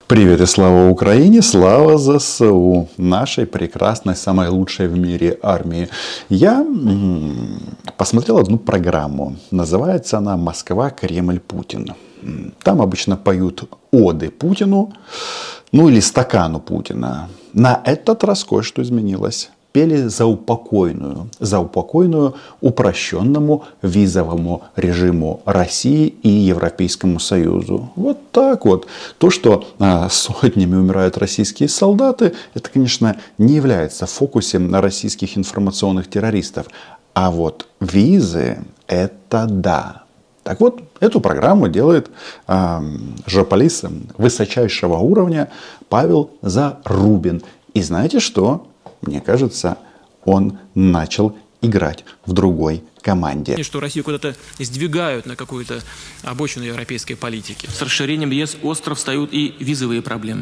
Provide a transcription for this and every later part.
Привет и слава Украине, слава ЗСУ, нашей прекрасной, самой лучшей в мире армии. Я посмотрел одну программу, называется она «Москва, Кремль, Путин». Там обычно поют оды Путину, ну или стакану Путина. На этот раз кое-что изменилось. Пели за упокойную упрощенному визовому режиму России и Европейскому Союзу. Вот так вот. То, что сотнями умирают российские солдаты, это, конечно, не является в фокусе российских информационных террористов. А вот визы – это да. Так вот, эту программу делает журналист высочайшего уровня Павел Зарубин. И знаете что? Мне кажется, он начал играть в другой команде. Что Россию куда-то сдвигают на какую-то обочину европейской политики. С расширением ЕС остро встают и визовые проблемы.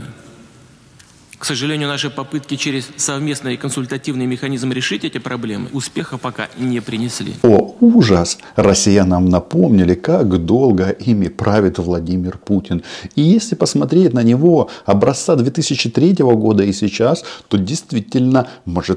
К сожалению, наши попытки через совместный консультативный механизм решить эти проблемы успеха пока не принесли. О, ужас! Россиянам напомнили, как долго ими правит Владимир Путин. И если посмотреть на него образца 2003 года и сейчас, то действительно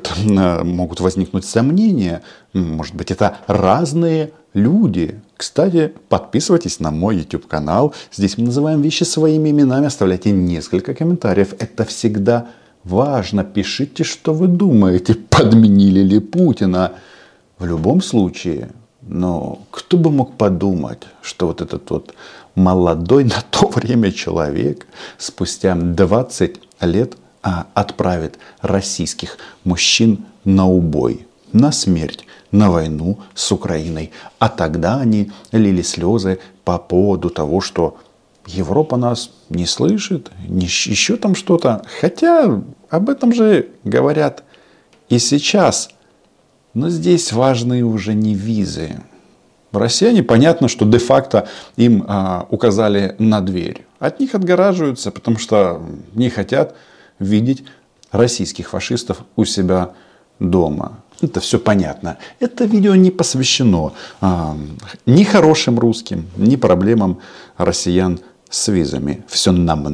могут возникнуть сомнения. Может быть, это разные люди. Кстати, подписывайтесь на мой YouTube канал. Здесь мы называем вещи своими именами. Оставляйте несколько комментариев. Это всегда важно. Пишите, что вы думаете. Подменили ли Путина? В любом случае, но кто бы мог подумать, что вот этот вот молодой на то время человек спустя 20 лет отправит российских мужчин на убой, на смерть, на войну с Украиной. А тогда они лили слезы по поводу того, что Европа нас не слышит, еще там что-то. Хотя об этом же говорят и сейчас. Но здесь важны уже не визы. Россияне, понятно, что де-факто им указали на дверь. От них отгораживаются, потому что не хотят видеть российских фашистов у себя дома. Это все понятно. Это видео не посвящено ни хорошим русским, ни проблемам россиян с визами. Все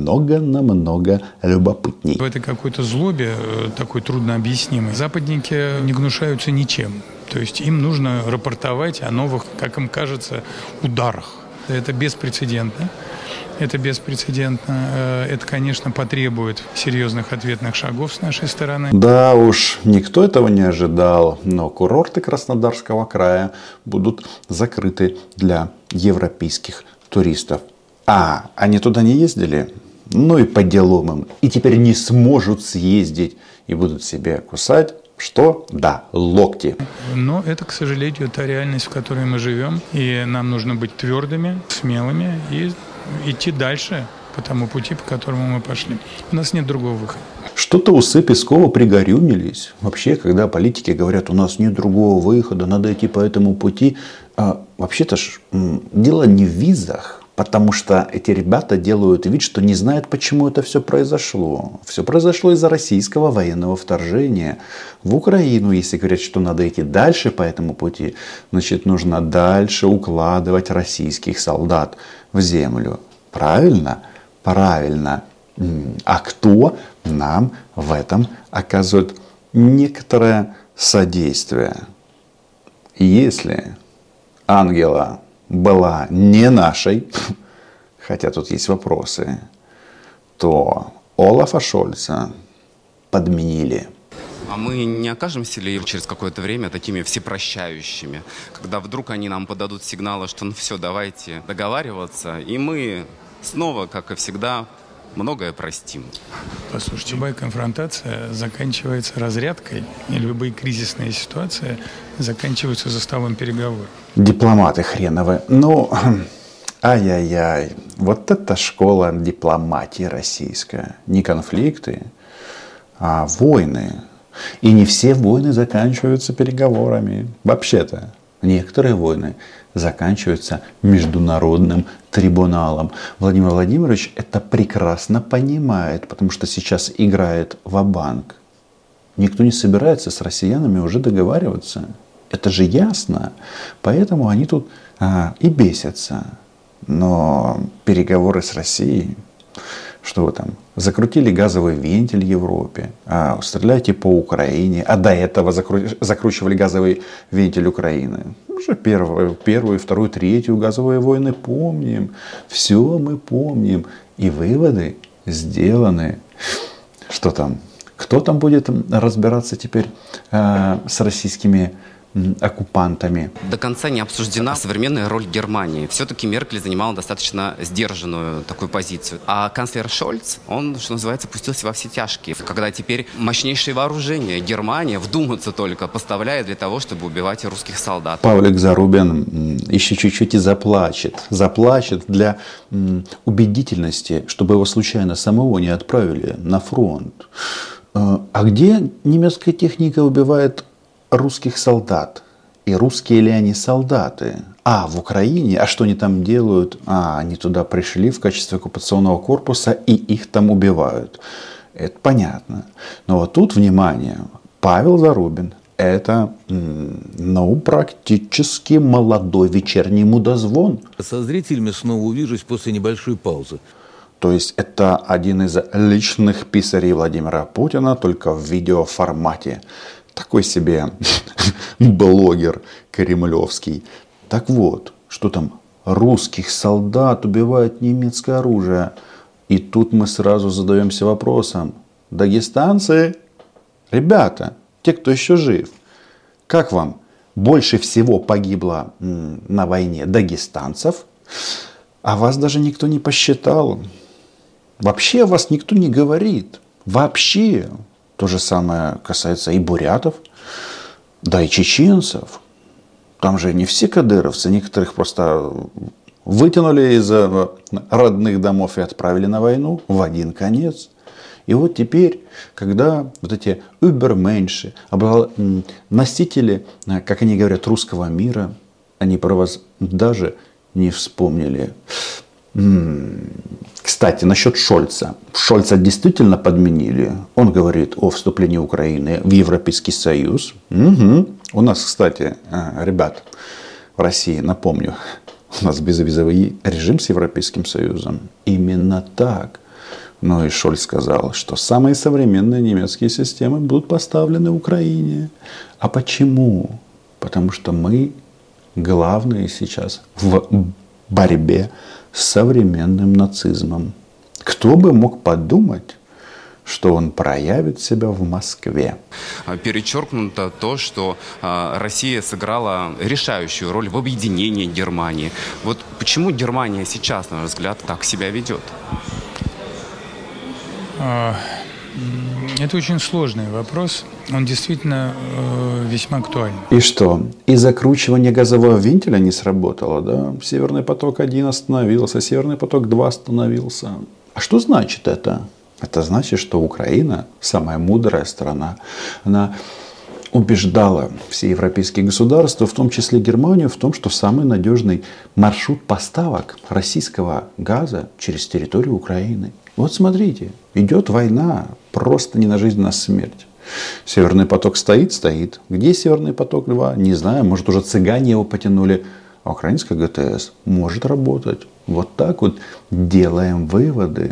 намного любопытней. В этой какой-то злобе, такой труднообъяснимой, западники не гнушаются ничем. То есть им нужно рапортовать о новых, как им кажется, ударах. Это беспрецедентно. Это беспрецедентно. Это, конечно, потребует серьезных ответных шагов с нашей стороны. Да уж, никто этого не ожидал. Но курорты Краснодарского края будут закрыты для европейских туристов. Они туда не ездили? Ну и по делам им. И теперь не сможет съездить. И будут себе кусать. Что? Да, локти. Но это, к сожалению, та реальность, в которой мы живем. И нам нужно быть твердыми, смелыми и идти дальше по тому пути, по которому мы пошли. У нас нет другого выхода. Что-то усы Пескова пригорюнились. Вообще, когда политики говорят, у нас нет другого выхода, надо идти по этому пути. Вообще-то ж дело не в визах. Потому что эти ребята делают вид, что не знают, почему это все произошло. Все произошло из-за российского военного вторжения в Украину. Если говорят, что надо идти дальше по этому пути, значит, нужно дальше укладывать российских солдат в землю. Правильно? Правильно. А кто нам в этом оказывает некоторое содействие? Если Ангела была не нашей, хотя тут есть вопросы, то Олафа Шольца подменили. А мы не окажемся ли через какое-то время такими всепрощающими, когда вдруг они нам подадут сигналы, что ну все, давайте договариваться, и мы снова, как и всегда, многое простим. Послушайте, любая конфронтация заканчивается разрядкой, и любые кризисные ситуации заканчиваются за столом переговоров. Дипломаты хреновы. Ну, ай-яй-яй. Вот это школа дипломатии российская. Не конфликты, а войны. И не все войны заканчиваются переговорами. Вообще-то, некоторые войны заканчиваются международным трибуналом. Владимир Владимирович это прекрасно понимает, потому что сейчас играет ва-банк. Никто не собирается с россиянами уже договариваться. Это же ясно. Поэтому они тут и бесятся. Но переговоры с Россией Что вы там? Закрутили газовый вентиль в Европе, стреляйте по Украине, а до этого закручивали газовый вентиль Украины. Уже первую, вторую, третью газовые войны помним. Все мы помним. И выводы сделаны. Что там? Кто там будет разбираться теперь с российскими оккупантами? До конца не обсуждена современная роль Германии. Все-таки Меркель занимала достаточно сдержанную такую позицию. А канцлер Шольц, он, что называется, пустился во все тяжкие. Когда теперь мощнейшие вооружения Германия, вдуматься только, поставляет для того, чтобы убивать русских солдат. Павлик Зарубин еще чуть-чуть и заплачет. Заплачет для убедительности, чтобы его случайно самого не отправили на фронт. А где немецкая техника убивает русских солдат? И русские ли они солдаты? В Украине? А что они там делают? Они туда пришли в качестве оккупационного корпуса и их там убивают. Это понятно. Но вот тут, внимание, Павел Зарубин – это практически молодой вечерний мудозвон. Со зрителями снова увижусь после небольшой паузы. То есть это один из личных писарей Владимира Путина, только в видеоформате. Такой себе блогер кремлевский. Так вот, что там? Русских солдат убивает немецкое оружие. И тут мы сразу задаемся вопросом. Дагестанцы, ребята, те, кто еще жив, как вам? Больше всего погибло на войне дагестанцев, а вас даже никто не посчитал. Вообще о вас никто не говорит. Вообще. То же самое касается и бурятов, да и чеченцев. Там же не все кадыровцы, некоторых просто вытянули из родных домов и отправили на войну в один конец. И вот теперь, когда вот эти übermenschen, носители, как они говорят, русского мира, они про вас даже не вспомнили. Кстати, насчет Шольца. Шольца действительно подменили. Он говорит о вступлении Украины в Европейский Союз. Угу. У нас, кстати, ребят, в России, напомню, у нас безвизовый режим с Европейским Союзом. Именно так. Но и Шольц сказал, что самые современные немецкие системы будут поставлены в Украине. А почему? Потому что мы главные сейчас в борьбе с современным нацизмом. Кто бы мог подумать, что он проявит себя в Москве? Перечеркнуто то, что Россия сыграла решающую роль в объединении Германии. Вот почему Германия сейчас, на ваш взгляд, так себя ведет? Это очень сложный вопрос. Он действительно весьма актуальный. И что? И закручивание газового вентиля не сработало, да? Северный поток-1 остановился, Северный поток-2 остановился. А что значит это? Это значит, что Украина, самая мудрая страна, она убеждала все европейские государства, в том числе Германию, в том, что самый надежный маршрут поставок российского газа через территорию Украины. Вот смотрите, идет война, просто не на жизнь, на смерть. Северный поток стоит. Где Северный поток-2? Не знаю, может уже цыгане его потянули. А украинская ГТС может работать. Вот так вот делаем выводы.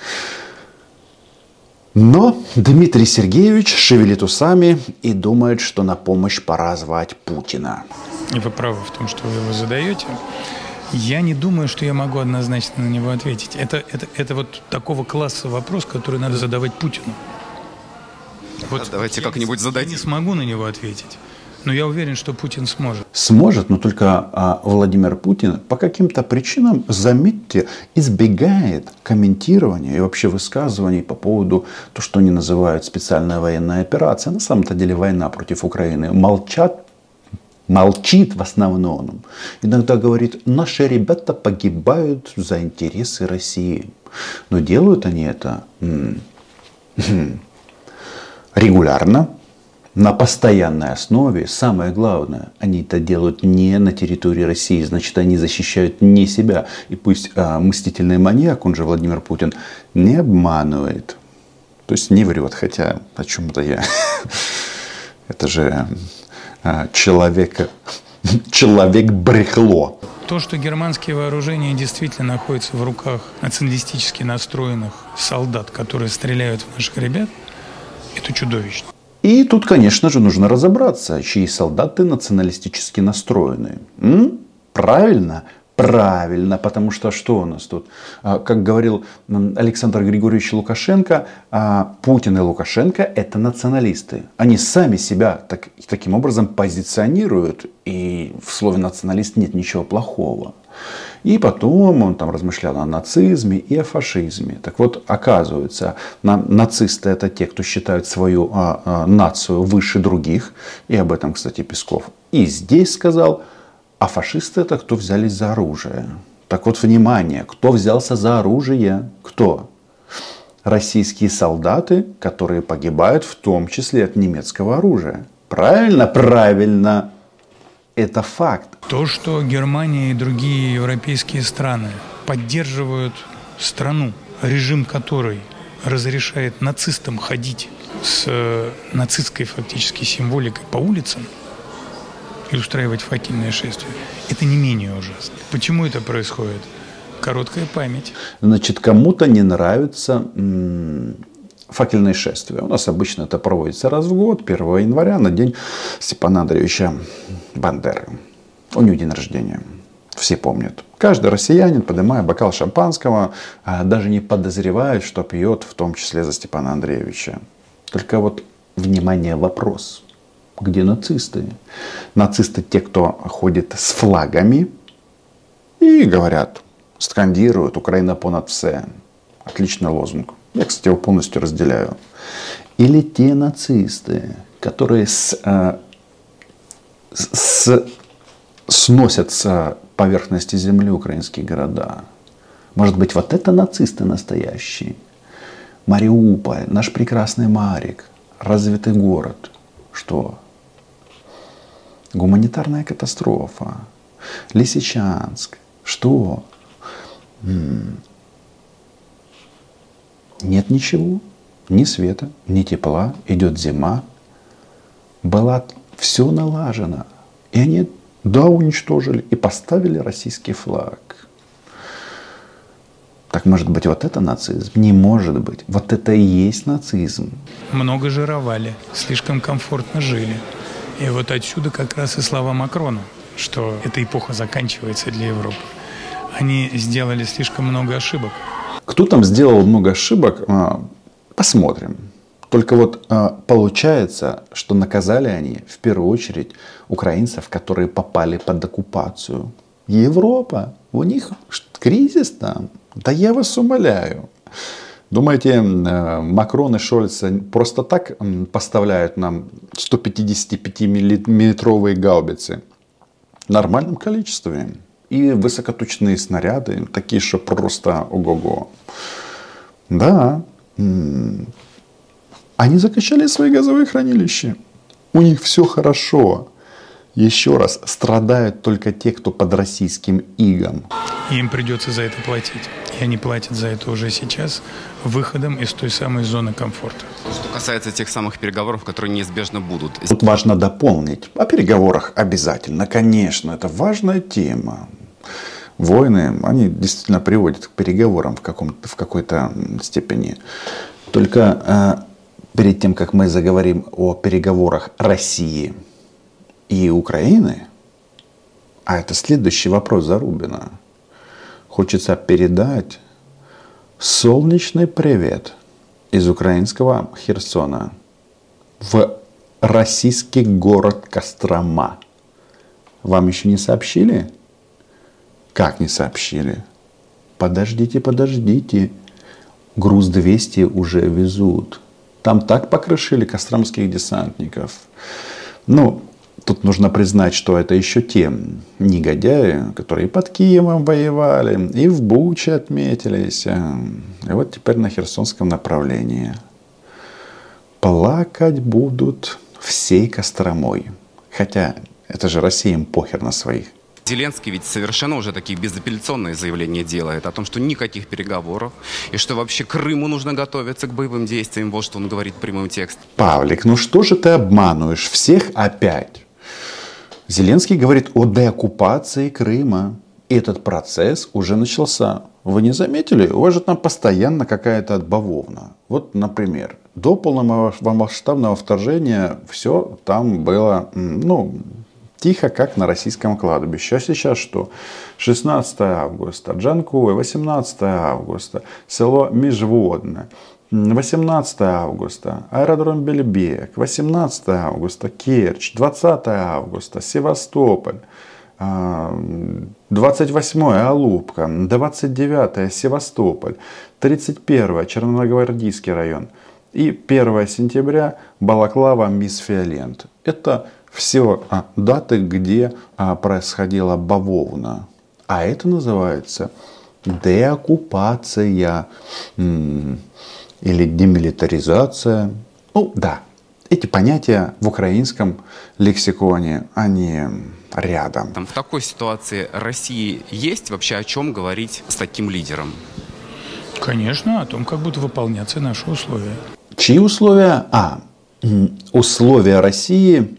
Но Дмитрий Сергеевич шевелит усами и думает, что на помощь пора звать Путина. И вы правы в том, что вы его задаете. Я не думаю, что я могу однозначно на него ответить. Это вот такого класса вопрос, который надо задавать Путину. Вот давайте как-нибудь зададим. Я не смогу на него ответить, но я уверен, что Путин сможет. Сможет, но только Владимир Путин по каким-то причинам, заметьте, избегает комментирования и вообще высказываний по поводу того, что они называют специальная военная операция. На самом-то деле война против Украины. Молчит в основном. Иногда говорит, наши ребята погибают за интересы России. Но делают они это регулярно, на постоянной основе. Самое главное, они это делают не на территории России. Значит, они защищают не себя. И пусть мстительный маньяк, он же Владимир Путин, не обманывает. То есть не врет. Хотя о чем-то я... Это же человек брехло. То, что германские вооружения действительно находятся в руках националистически настроенных солдат, которые стреляют в наших ребят, это чудовищно. И тут, конечно же, нужно разобраться, чьи солдаты националистически настроены. Правильно? Правильно, потому что что у нас тут? Как говорил Александр Григорьевич Лукашенко, Путин и Лукашенко – это националисты. Они сами себя таким образом позиционируют, и в слове националист нет ничего плохого. И потом он там размышлял о нацизме и о фашизме. Так вот, оказывается, нацисты – это те, кто считают свою нацию выше других. И об этом, кстати, Песков и здесь сказал. А фашисты – это кто взялись за оружие. Так вот, внимание, кто взялся за оружие? Кто? Российские солдаты, которые погибают в том числе от немецкого оружия. Правильно? Правильно. Это факт. То, что Германия и другие европейские страны поддерживают страну, режим которой разрешает нацистам ходить с нацистской фактически символикой по улицам, и устраивать факельное шествие. Это не менее ужасно. Почему это происходит? Короткая память. Значит, кому-то не нравится факельное шествие. У нас обычно это проводится раз в год, 1 января, на день Степана Андреевича Бандеры. У него день рождения. Все помнят. Каждый россиянин, поднимая бокал шампанского, даже не подозревает, что пьет в том числе за Степана Андреевича. Только вот, внимание, вопрос. Где нацисты? Нацисты те, кто ходит с флагами и говорят, скандируют «Украина понад все». Отличный лозунг. Я, кстати, его полностью разделяю. Или те нацисты, которые сносят с поверхности земли украинские города. Может быть, вот это нацисты настоящие? Мариуполь, наш прекрасный Марик, развитый город. Что? Гуманитарная катастрофа. Лисичанск. Что? Нет ничего. Ни света, ни тепла. Идет зима. Было все налажено. И они, уничтожили. И поставили российский флаг. Так может быть, вот это нацизм? Не может быть. Вот это и есть нацизм. Много жировали, слишком комфортно жили. И вот отсюда как раз и слова Макрона, что эта эпоха заканчивается для Европы. Они сделали слишком много ошибок. Кто там сделал много ошибок, посмотрим. Только вот получается, что наказали они в первую очередь украинцев, которые попали под оккупацию. Европа, у них кризис там. Да я вас умоляю. Думаете, Макрон и Шольц просто так поставляют нам 155-миллиметровые гаубицы? В нормальном количестве. И высокоточные снаряды, такие, что просто ого-го. Да. Они закачали свои газовые хранилища. У них все хорошо. Еще раз, страдают только те, кто под российским игом. И им придется за это платить. И они платят за это уже сейчас выходом из той самой зоны комфорта. Что касается тех самых переговоров, которые неизбежно будут. Тут важно дополнить. О переговорах обязательно, конечно, это важная тема. Войны, они действительно приводят к переговорам в какой-то степени. Только перед тем, как мы заговорим о переговорах России и Украины, а это следующий вопрос Зарубина, хочется передать солнечный привет из украинского Херсона в российский город Кострома. Вам еще не сообщили? Как не сообщили? Подождите. Груз 200 уже везут. Там так покрошили костромских десантников. Тут нужно признать, что это еще те негодяи, которые под Киевом воевали, и в Буче отметились. И вот теперь на Херсонском направлении. Плакать будут всей Костромой. Хотя это же Россия, им похер на своих. Зеленский ведь совершенно уже такие безапелляционные заявления делает о том, что никаких переговоров, и что вообще Крыму нужно готовиться к боевым действиям. Вот что он говорит прямым текстом. Павлик, что же ты обманываешь всех опять? Зеленский говорит о деоккупации Крыма. этот процесс уже начался. Вы не заметили? У вас же там постоянно какая-то бавовна. Вот, например, до полномасштабного вторжения все там было, тихо, как на российском кладбище. А сейчас что? 16 августа, Джанкой, 18 августа, село Межводное. 18 августа, аэродром Бельбек. 18 августа, Керчь. 20 августа, Севастополь. 28 Алупка. 29 Севастополь. 31 Черногвардейский район. И 1 сентября Балаклава, Мисфиолент. Это все даты, где происходила бавовна. А это называется деоккупация или демилитаризация. Эти понятия в украинском лексиконе, они рядом. В такой ситуации России есть вообще о чем говорить с таким лидером? Конечно, о том, как будут выполняться наши условия. Чьи условия? Условия России.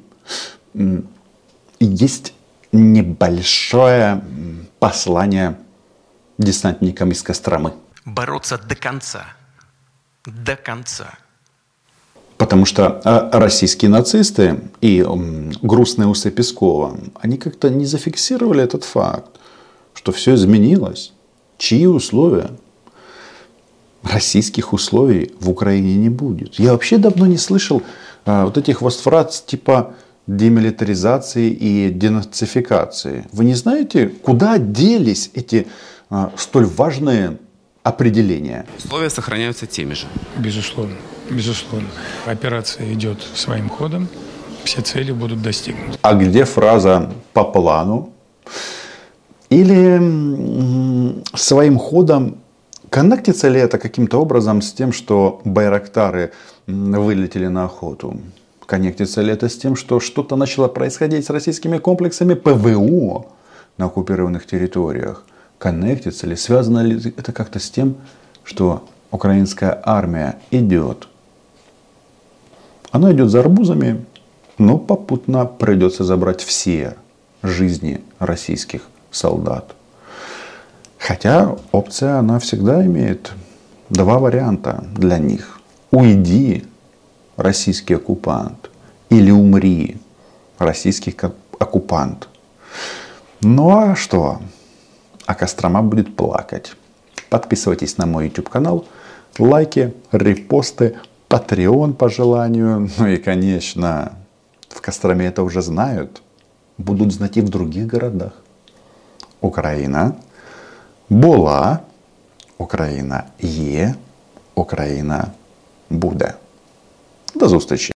Есть небольшое послание десантникам из Костромы. Бороться до конца. До конца. Потому что российские нацисты и грустные усы Пескова, они как-то не зафиксировали этот факт, что все изменилось. Чьи условия? Российских условий в Украине не будет. Я вообще давно не слышал вот этих фраз типа демилитаризации и денацификации. Вы не знаете, куда делись эти столь важные определения? Условия сохраняются теми же. Безусловно. Безусловно. Операция идет своим ходом. Все цели будут достигнуты. А где фраза «по плану»? Или своим ходом? Коннектится ли это каким-то образом с тем, что байрактары вылетели на охоту? Коннектится ли это с тем, что что-то начало происходить с российскими комплексами ПВО на оккупированных территориях? Коннектится ли, связано ли это как-то с тем, что украинская армия идет? Она идет за арбузами, но попутно придется забрать все жизни российских солдат. Хотя опция, она всегда имеет два варианта для них. Уйди, российский оккупант, или умри, российский оккупант. Ну а что? А Кострома будет плакать. Подписывайтесь на мой YouTube канал. Лайки, репосты, Patreon по желанию. Ну и, конечно, в Костроме это уже знают. Будут знать и в других городах. Україна була, Україна є, Україна буде. До зустрічі!